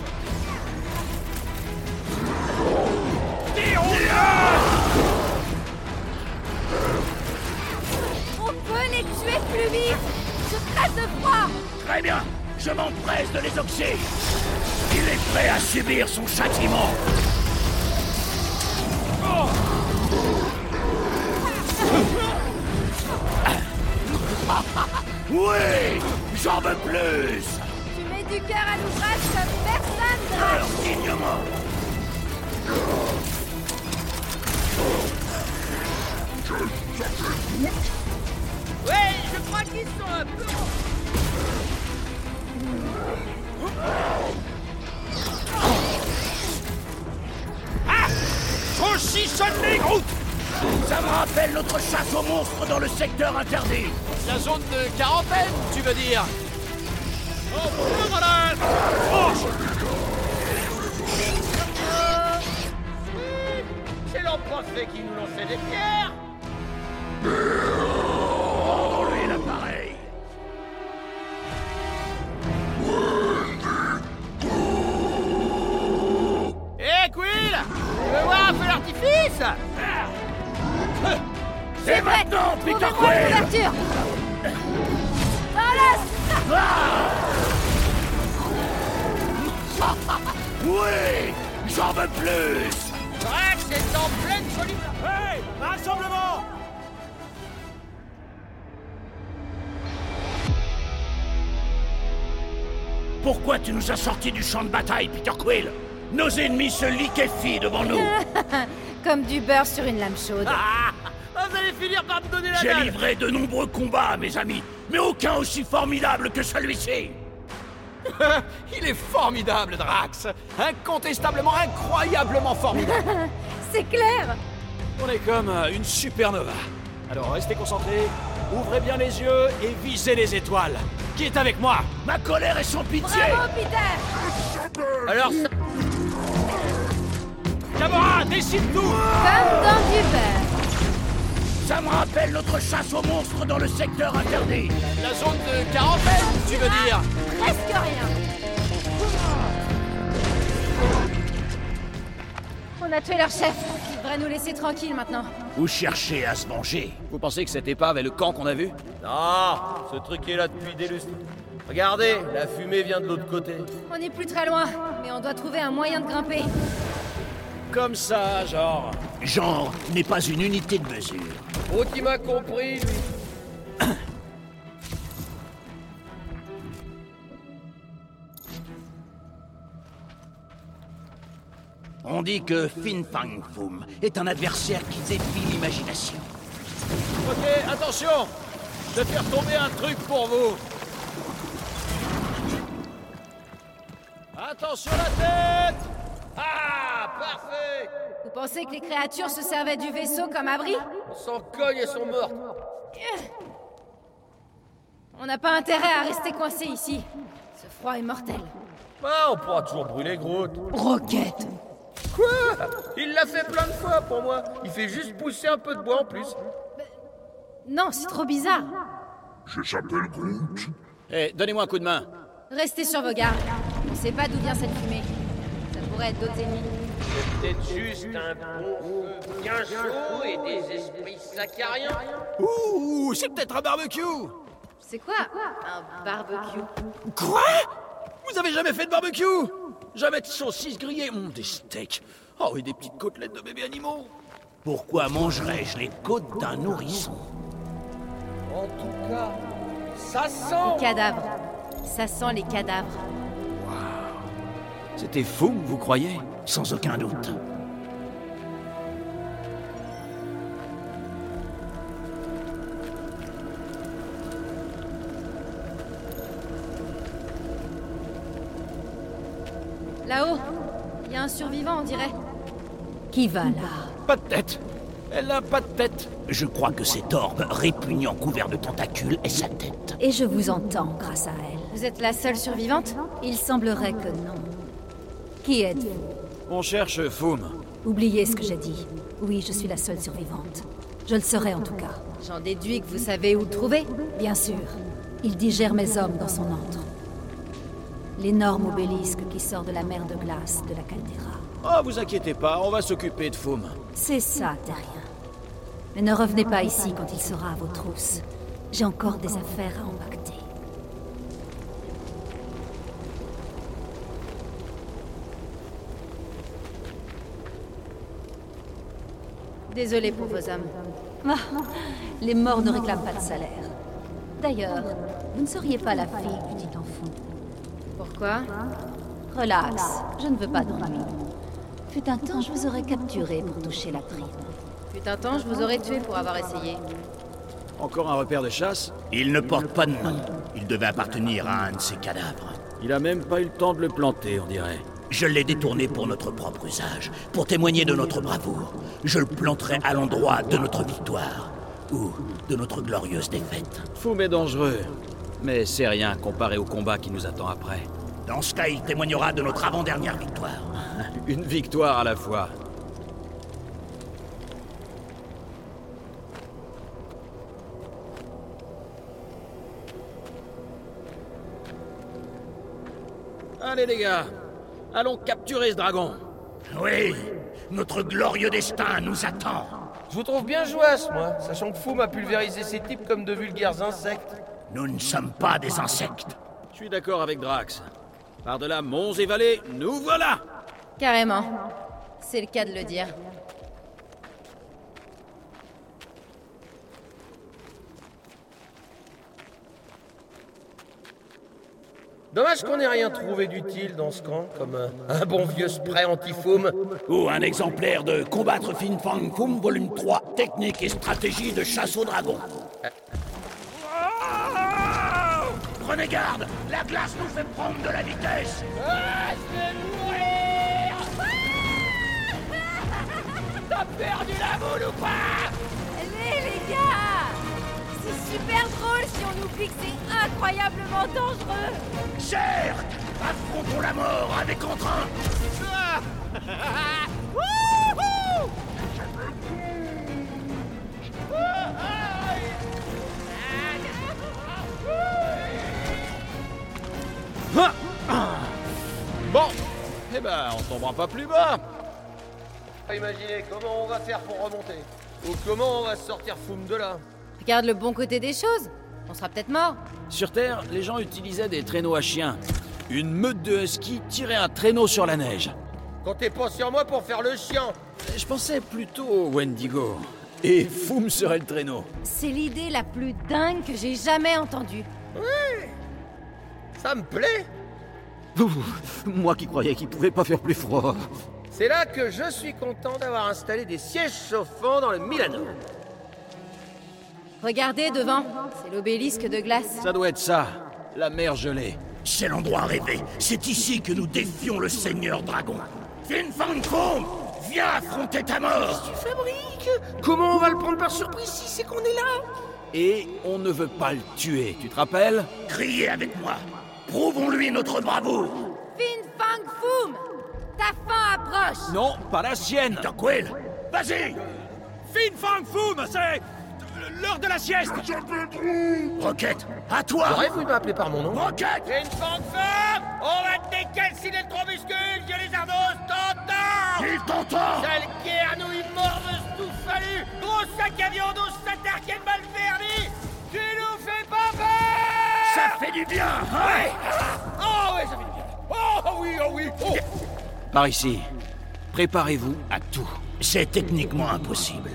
On peut les tuer plus vite. Je crève de froid. Très bien! Je m'empresse de les oxy! Il est prêt à subir son châtiment! Oui! J'en veux plus! Tu mets du cœur à l'ouvrage comme personne, Drax. Alors dignement! Ouais, je crois qu'ils sont un peu... Saucissonne-les, Groot! Ça me rappelle notre chasse aux monstres dans le secteur interdit! La zone de quarantaine, tu veux dire? Oh, bon, malade. C'est l'empereur qui nous lançait des pierres. Rendons-lui l'appareil! Hé, Quill! Tu veux voir un feu d'artifice? C'est maintenant, Peter Trouvez-moi une Quill! ouverture. Dans Oui! J'en veux plus! Drax est en pleine folie. Hey! Rassemblement! Pourquoi tu nous as sortis du champ de bataille, Peter Quill? Nos ennemis se liquéfient devant nous! Comme du beurre sur une lame chaude. Ah, vous allez finir par me donner la J'ai dalle. livré de nombreux combats, mes amis, mais aucun aussi formidable que celui-ci! Il est formidable, Drax. Incontestablement, incroyablement formidable. C'est clair. On est comme euh, une supernova. Alors restez concentrés, ouvrez bien les yeux et visez les étoiles. Qui est avec moi? Ma colère est sans pitié! Bravo, Peter. Alors, ça... Gamora, décide tout. Comme dans du beurre. Ça me rappelle notre chasse aux monstres dans le secteur interdit! La zone de quarantaine, tu veux dire? Presque rien. On a tué leur chef. Ils devraient nous laisser tranquilles maintenant. Vous cherchez à se venger? Vous pensez que cette épave est le camp qu'on a vu? Non, ce truc est là depuis des lustres. Regardez, la fumée vient de l'autre côté. On n'est plus très loin, mais on doit trouver un moyen de grimper. Comme ça, genre. Genre n'est pas une unité de mesure. Oh, qui m'a compris, lui. On dit que Fin Fang Foom est un adversaire qui défie l'imagination. Ok, attention. Je vais faire tomber un truc pour vous. Attention la tête. Ah, parfait. Vous pensez que les créatures se servaient du vaisseau comme abri? On s'en cogne, elles sont mortes. On n'a pas intérêt à rester coincé ici. Ce froid est mortel. Ah, on pourra toujours brûler Groot. Roquette. Quoi? Il l'a fait plein de fois pour moi. Il fait juste pousser un peu de bois en plus. Non, c'est trop bizarre. Je s'appelle Groot. Eh, donnez-moi un coup de main. Restez sur vos gardes. On sait pas d'où vient cette fumée. Ça pourrait être d'autres ennemis. C'est peut-être juste un bon feu bien chaud et des esprits sacariens. Ouh, c'est peut-être un barbecue. C'est quoi un barbecue? Quoi? Vous avez jamais fait de barbecue? Jamais de saucisses grillées, hum, des steaks. Oh, et des petites côtelettes de bébés animaux. Pourquoi mangerais-je les côtes d'un nourrisson? En tout cas, ça Les sent. cadavres. Ça sent les cadavres. C'était fou, vous croyez? Sans aucun doute. Là-haut, il y a un survivant, on dirait. Qui va là? Pas de tête. Elle n'a pas de tête. Je crois que cet orbe répugnant couvert de tentacules est sa tête. Et je vous entends grâce à elle. Vous êtes la seule survivante? Il semblerait que non. Qui êtes-vous? On cherche Foum. Oubliez ce que j'ai dit. Oui, je suis la seule survivante. Je le serai en tout cas. J'en déduis que vous savez où le trouver. Bien sûr. Il digère mes hommes dans son antre. L'énorme obélisque qui sort de la mer de glace de la caldeira. Oh, vous inquiétez pas, on va s'occuper de Foum. C'est ça, Terrien. Mais ne revenez pas ici quand il sera à vos trousses. J'ai encore des affaires à empaqueter. Désolée pour vos hommes. Ah, les morts ne réclament pas de salaire. D'ailleurs, vous ne seriez pas la fille du dit enfant. Pourquoi? Relax, je ne veux pas d'ennui. Fut un temps, je vous aurais capturé pour toucher la prime. Fut un temps, je vous aurais tué pour avoir essayé. Encore un repère de chasse? Il ne porte pas de nom. Il devait appartenir à un de ces cadavres. Il a même pas eu le temps de le planter, on dirait. Je l'ai détourné pour notre propre usage, pour témoigner de notre bravoure. Je le planterai à l'endroit de notre victoire, ou de notre glorieuse défaite. Foum est dangereux, mais c'est rien comparé au combat qui nous attend après. Dans ce cas, il témoignera de notre avant-dernière victoire. Une victoire à la fois. Allez les gars, allons capturer ce dragon. Oui, notre glorieux destin nous attend. Je vous trouve bien jouasse, moi, sachant que Foum a pulvérisé ces types comme de vulgaires insectes. Nous ne sommes pas des insectes. Je suis d'accord avec Drax. Par-delà monts et vallées, nous voilà! Carrément. C'est le cas de le dire. Dommage qu'on n'ait rien trouvé d'utile dans ce camp, comme euh, un bon vieux spray anti-Foum. Ou un exemplaire de Combattre Fin Fang Foom, volume trois, technique et stratégie de chasse au dragon. Prenez garde, la glace nous fait prendre de la vitesse. Ah, je vais mourir. T'as perdu la boule ou pas? Allez, les gars! C'est super drôle si on oublie que c'est incroyablement dangereux! Certes, affrontons la mort avec entrain. Bon, eh ben, on tombera pas plus bas. Imaginez comment on va faire pour remonter. Ou comment on va sortir Foum de là. Regarde le bon côté des choses. On sera peut-être mort. Sur Terre, les gens utilisaient des traîneaux à chiens. Une meute de huskies tirait un traîneau sur la neige. Comptez pas sur moi pour faire le chien. Je pensais plutôt au Wendigo. Et Foum serait le traîneau. C'est l'idée la plus dingue que j'ai jamais entendue. Ouais, ça me plaît. Ouh, moi qui croyais qu'il pouvait pas faire plus froid. C'est là que je suis content d'avoir installé des sièges chauffants dans le Milano. Regardez devant. C'est l'obélisque de glace. Ça doit être ça, la mer gelée. C'est l'endroit rêvé. C'est ici que nous défions le Seigneur Dragon. Fin Fang Foom, viens affronter ta mort. Tu fabriques? Comment on va le prendre par surprise si c'est qu'on est là? Et on ne veut pas le tuer, tu te rappelles? Criez avec moi. Prouvons-lui notre bravoure. Fin Fang Foom! Ta fin approche! Non, pas la sienne. Dockwell, vas-y. Fin Fang Foom, c'est l'heure de la sieste! Rocket, à toi! J'aurais voulu m'appeler par mon nom. Rocket! Une fanfare! On va te décalciner le trombuscule, vieux les ardos! T'entends! Il t'entend! Sale guernouille morveuse tout fallu! Gros sac à viande au satarquet mal verni! Tu nous fais pas peur! Ça fait du bien, ouais! Oh ouais, ça fait du bien! Oh oui, oh oui! Oh. Par ici, préparez-vous à tout. C'est techniquement impossible.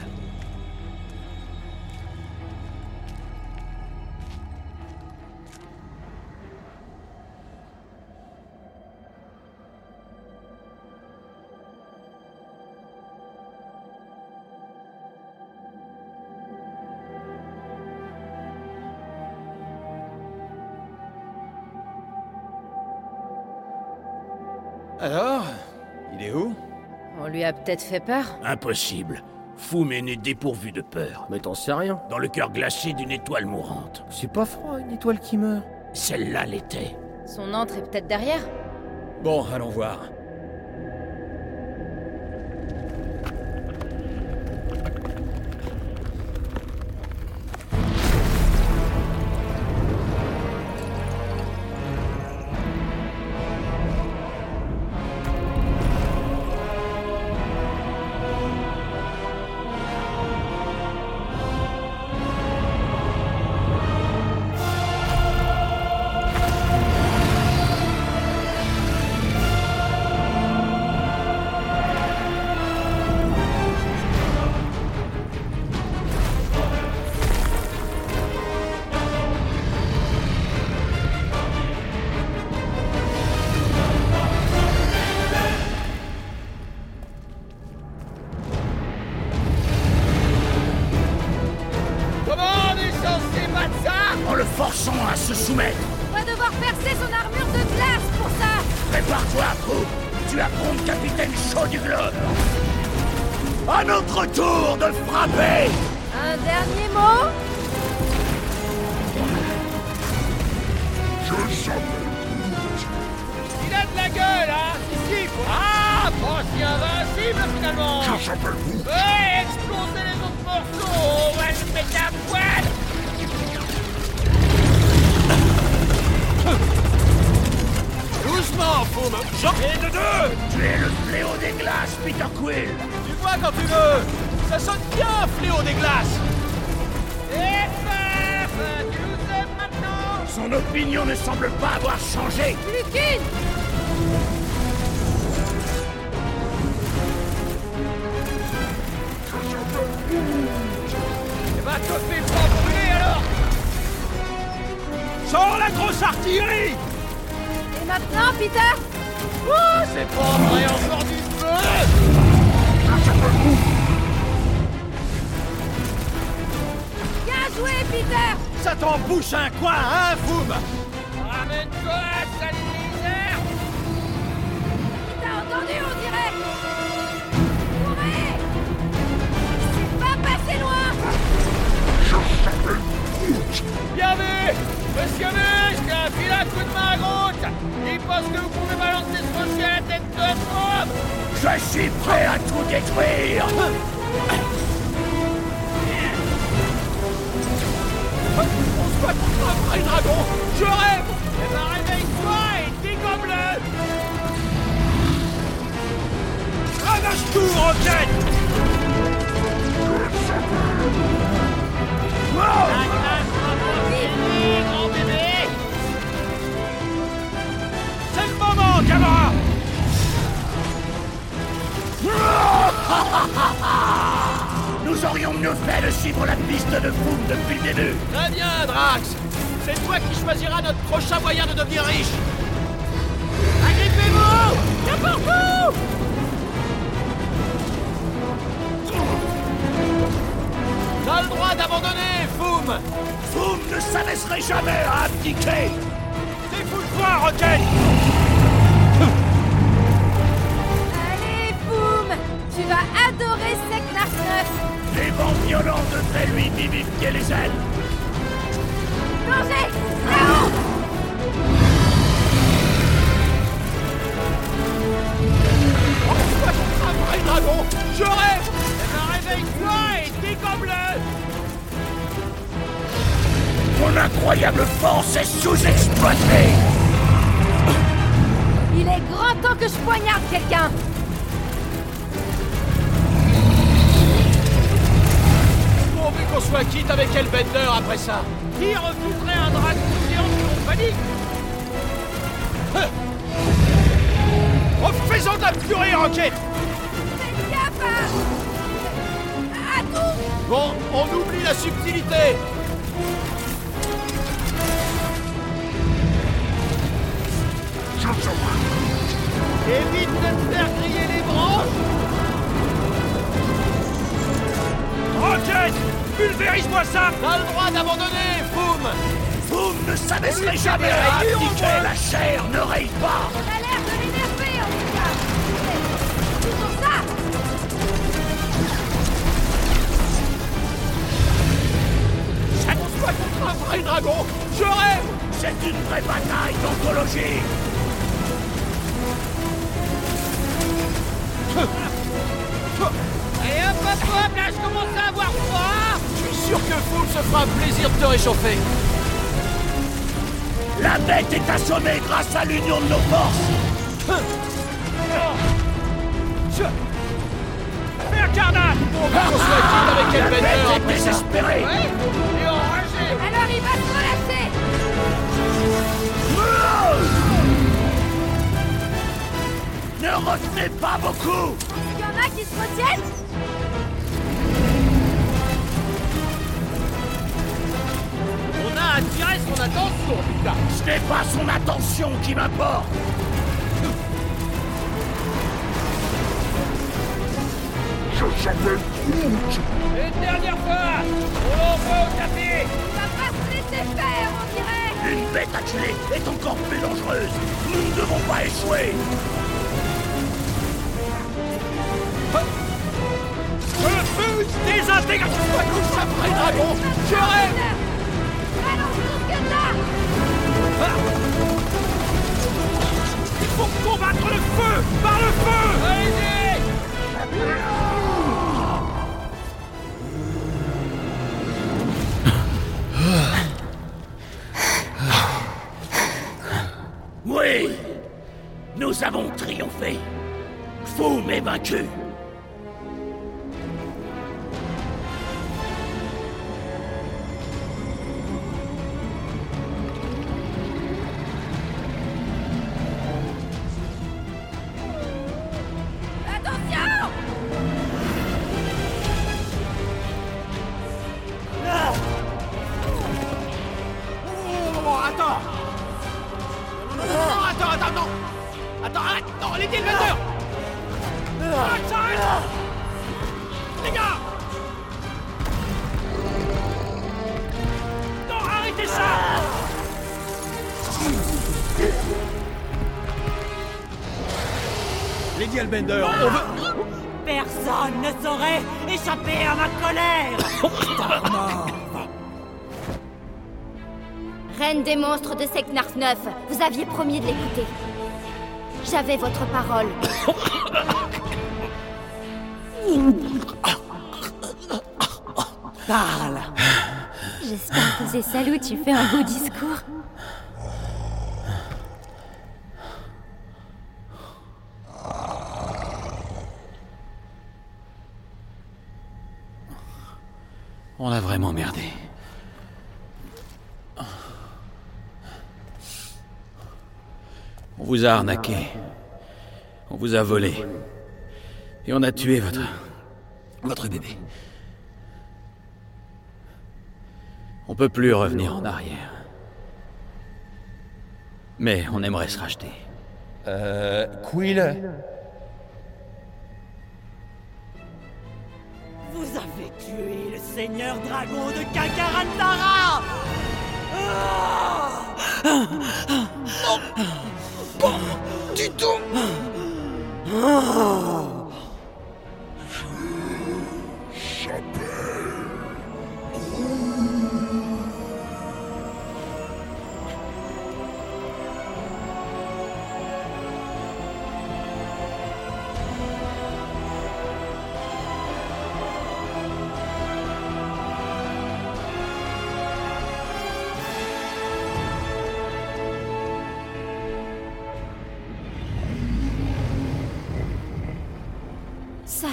Alors, il est où? On lui a peut-être fait peur? Impossible. Foum est né dépourvu de peur. Mais t'en sais rien. Dans le cœur glacé d'une étoile mourante. C'est pas froid, une étoile qui meurt. Celle-là l'était. Son antre est peut-être derrière? Bon, allons voir. En le forçant à se soumettre. On va devoir percer son armure de glace pour ça. Prépare-toi, Fou. Tu affrontes Capitaine Chaud du Globe. À notre tour de frapper. Un dernier mot? Je s'appelle Il a de la gueule, hein? Ici, faut... Ah, pas si invincible, finalement! Je s'appelle Groot. Ouais, exploser les autres morceaux! On va le mettre à poil! Doucement, Foum! J'en ai de deux! Tu es le fléau des glaces, Peter Quill. Tu vois quand tu veux! Ça sonne bien, fléau des glaces! Et paf! Tu nous aimes maintenant? Son opinion ne semble pas avoir changé. Lukin! Eh ben, te fais pas brûler, alors! Sors la grosse artillerie! Et maintenant, Peter? Oh, c'est pas vrai, encore du feu! Bien joué, Peter! Ça t'en bouche un coin, hein, Foum? Ramène-toi, sale misère! T'as entendu, on dirait? Courez! C'est pas passé loin! Je s'appelle Groot. Bien vu! Monsieur Muscle, file un coup de main à Groot! Il pense que vous pouvez balancer ce rocher à la tête de Foum! Je suis prêt à tout détruire. On se bat contre un vrai dragon! Je rêve! Eh ben, réveille-toi et dégomme-le! Ramasse tout, Rocket! La glace va finie, grand bébé! C'est le moment, camarade! Nous aurions mieux fait de suivre la piste de Foum depuis le début. Très bien, Drax! C'est toi qui choisiras notre prochain moyen de devenir riche! Agrippez-vous! N'importe où! T'as le droit d'abandonner, Foum! Foum ne s'abaisserait jamais à abdiquer. Défoule-toi, Rocket! Allez, boum! Tu vas adorer Seknarf neuf! Les vents violents devraient lui vivifier les ailes. Plongez! Là-haut! On se bat contre un vrai dragon! Je rêve! Eh ben, réveille-toi et dégomme-le! défense est sous-exploitée! Il est grand temps que je poignarde quelqu'un! Pourvu qu'on soit quitte avec Hellbender après ça. Qui refuserait un dragon géant sur panique? Refaisons de la purée, Rocket! Faites gaffe à... à tout! Bon, on oublie la subtilité. Évite de te faire griller les branches! Rocket! Pulvérise-moi ça! T'as le droit d'abandonner, Foum! Vous ne s'abaisserez jamais à abdiquer, la chair ne raye pas! On a l'air de l'énerver en tout cas! C'est toujours ça! Annonce-moi contre un vrai dragon! Je rêve! C'est une vraie bataille d'anthologie! Allez hop hop hop, là je commence à avoir froid! Je suis sûr que Foum se fera un plaisir de te réchauffer. La bête est assommée grâce à l'union de nos forces! Fais un carnage! Pourvu qu'on soit quitte avec La Hellbender bête est après ça. désespérée! Et enragé! Alors il va se relâcher! Ne retenez pas beaucoup! Il y en a qui se retiennent? On a attiré son attention, putain! Ce n'est pas son attention qui m'importe! Je s'appelle Groot. Une dernière fois! On l'envoie au tapis! Il va pas se laisser faire, on dirait! Une bête à tuer est encore plus dangereuse! Nous ne devons pas échouer! Je fuse désintégration de tout ça, vrai dragon! Je rêve! Balance tout ce que t'as! Il faut combattre le feu! Par le feu! Allez-y! Oui! Nous avons triomphé! Foum est vaincu! Attention! Oh, attends! Non, non, non, non, attends, attends, non! Attends, arrête! Non, les Hellbender! Arrête, arrête! Les gars! Non, arrêtez ça! Lady Hellbender, on veut... Personne ne saurait échapper à ma colère. Reine des monstres de Seknarf neuf, vous aviez promis de l'écouter. J'avais votre parole. Parle. J'espère que c'est Salou, tu fais un beau discours. On a vraiment merdé. On vous a arnaqué. On vous a volé. Et on a tué votre... votre bébé. On peut plus revenir en arrière. Mais on aimerait se racheter. Euh... Quill? Vous avez tué le seigneur dragon de Kakarantara. Du tout.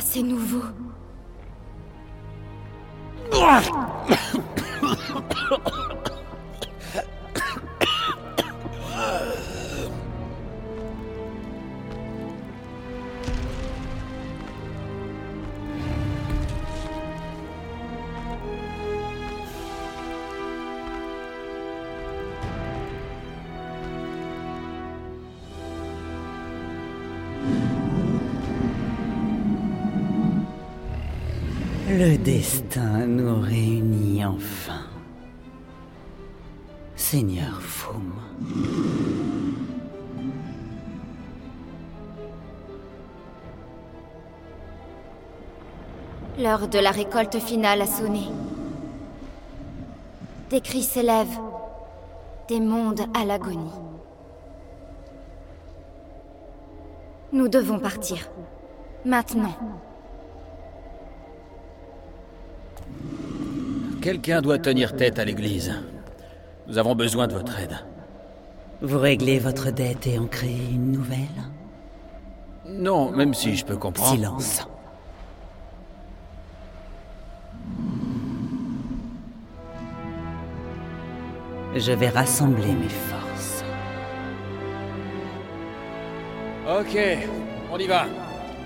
c'est nouveau. Le destin nous réunit enfin. Seigneur Foum. L'heure de la récolte finale a sonné. Des cris s'élèvent, des mondes à l'agonie. Nous devons partir. Maintenant. Quelqu'un doit tenir tête à l'église. Nous avons besoin de votre aide. Vous réglez votre dette et en créez une nouvelle? Non, même si je peux comprendre. Silence. Je vais rassembler mes forces. Ok, on y va.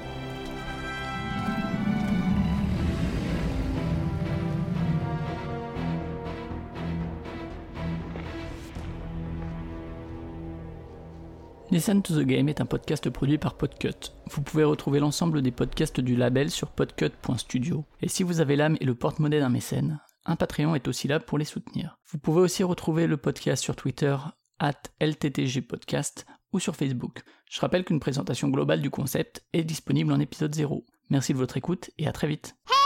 Listen to the Game est un podcast produit par Podcut. Vous pouvez retrouver l'ensemble des podcasts du label sur podcut point studio. Et si vous avez l'âme et le porte-monnaie d'un mécène, un Patreon est aussi là pour les soutenir. Vous pouvez aussi retrouver le podcast sur Twitter, arobase L T T G podcast, ou sur Facebook. Je rappelle qu'une présentation globale du concept est disponible en épisode zéro. Merci de votre écoute et à très vite.